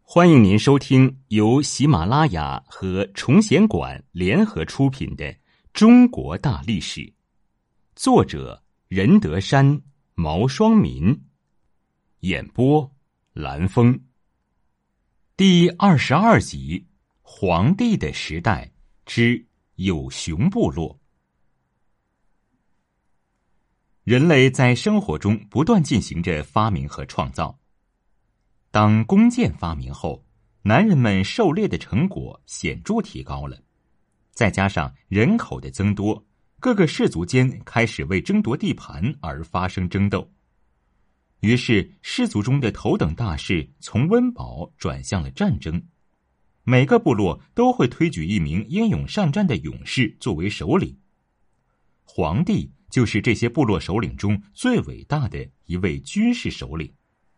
欢迎您收听由喜马拉雅和崇贤馆联合出品的《中国大历史》，作者任德山、毛双民，演播蓝峰。第22集：黄帝的时代之有熊部落。人类在生活中不断进行着发明和创造。当弓箭发明后，男人们狩猎的成果显著提高了，再加上人口的增多，各个氏族间开始为争夺地盘而发生争斗。于是氏族中的头等大事从温饱转向了战争，每个部落都会推举一名英勇善战的勇士作为首领。黄帝就是这些部落首领中最伟大的一位军事首领。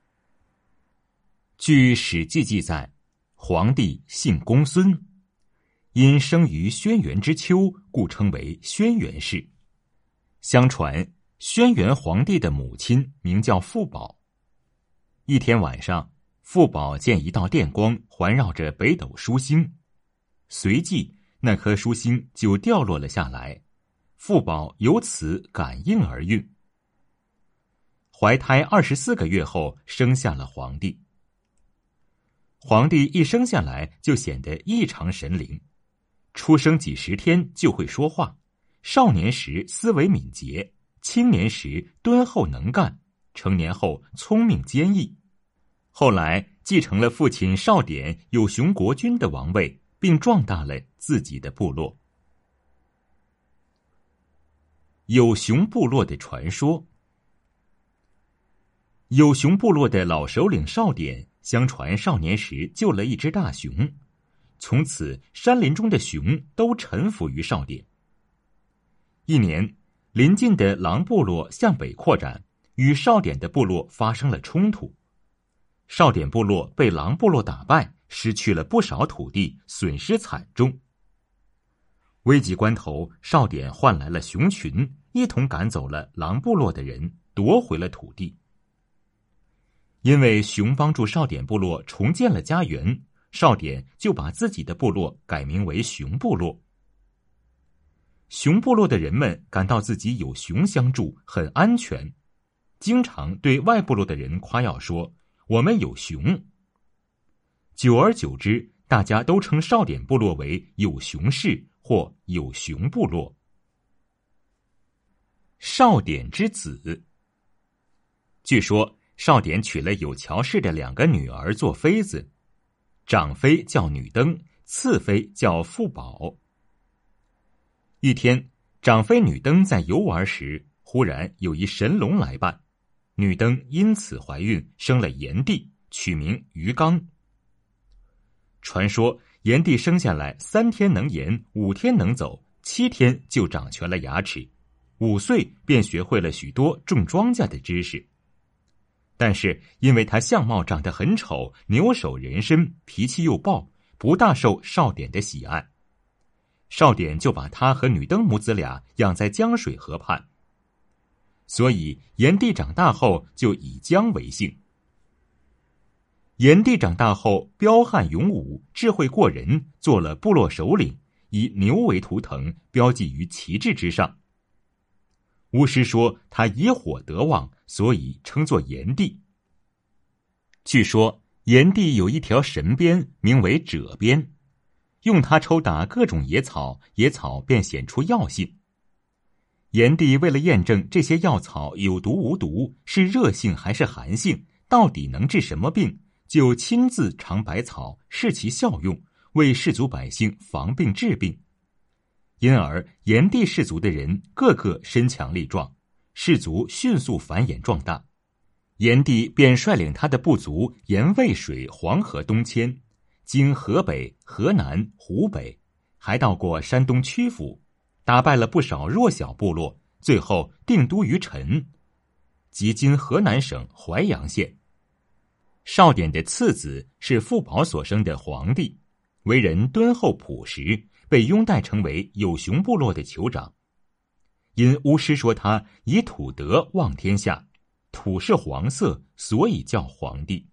据《史记》记载，黄帝姓公孙，因生于轩辕之丘，故称为轩辕氏。相传轩辕黄帝的母亲名叫妇宝。一天晚上，妇宝见一道电光环绕着北斗疏星，随即那颗疏星就掉落了下来，妇宝由此感应而孕。怀胎24个月后，生下了黄帝。黄帝一生下来就显得异常神灵，出生几十天就会说话，少年时思维敏捷，青年时敦厚能干，成年后聪明坚毅。后来继承了父亲少典有熊国君的王位，并壮大了自己的部落。有熊部落的传说。有熊部落的老首领少典相传少年时救了一只大熊，从此山林中的熊都臣服于少典。一年，邻近的狼部落向北扩展，与少典的部落发生了冲突。少典部落被狼部落打败，失去了不少土地，损失惨重。危急关头，少典唤来了熊群，一同赶走了狼部落的人，夺回了土地。因为熊帮助少典部落重建了家园，少典就把自己的部落改名为熊部落。熊部落的人们感到自己有熊相助，很安全，经常对外部落的人夸耀说：“我们有熊。”久而久之，大家都称少典部落为有熊氏或有熊部落。少典之子。据说少典娶了有乔氏的2个女儿做妃子，长妃叫女登，次妃叫妇宝。一天，长妃女登在游玩时，忽然有一神龙来伴，女登因此怀孕，生了炎帝，取名于刚。传说炎帝生下来3天能言，5天能走，7天就长全了牙齿，5岁便学会了许多种庄稼的知识。但是因为他相貌长得很丑，牛首人身，脾气又暴，不大受少典的喜爱。少典就把他和女登母子俩养在江水河畔，所以炎帝长大后就以江为姓。炎帝长大后彪悍勇武，智慧过人，做了部落首领，以牛为图腾，标记于旗帜之上。巫师说他以火得旺，所以称作炎帝。据说炎帝有一条神鞭，名为赭鞭，用它抽打各种野草，野草便显出药性。炎帝为了验证这些药草有毒无毒，是热性还是寒性，到底能治什么病，就亲自尝百草，试其效用，为士族百姓防病治病。因而炎帝氏族的人个个身强力壮，氏族迅速繁衍壮大。炎帝便率领他的部族沿渭水、黄河东迁，经河北、河南、湖北，还到过山东曲阜，打败了不少弱小部落，最后定都于陈，即今河南省淮阳县。少典的次子是妇宝所生的黄帝，为人敦厚朴实，被拥戴成为有熊部落的酋长。因巫师说他以土德望天下，土是黄色，所以叫黄帝。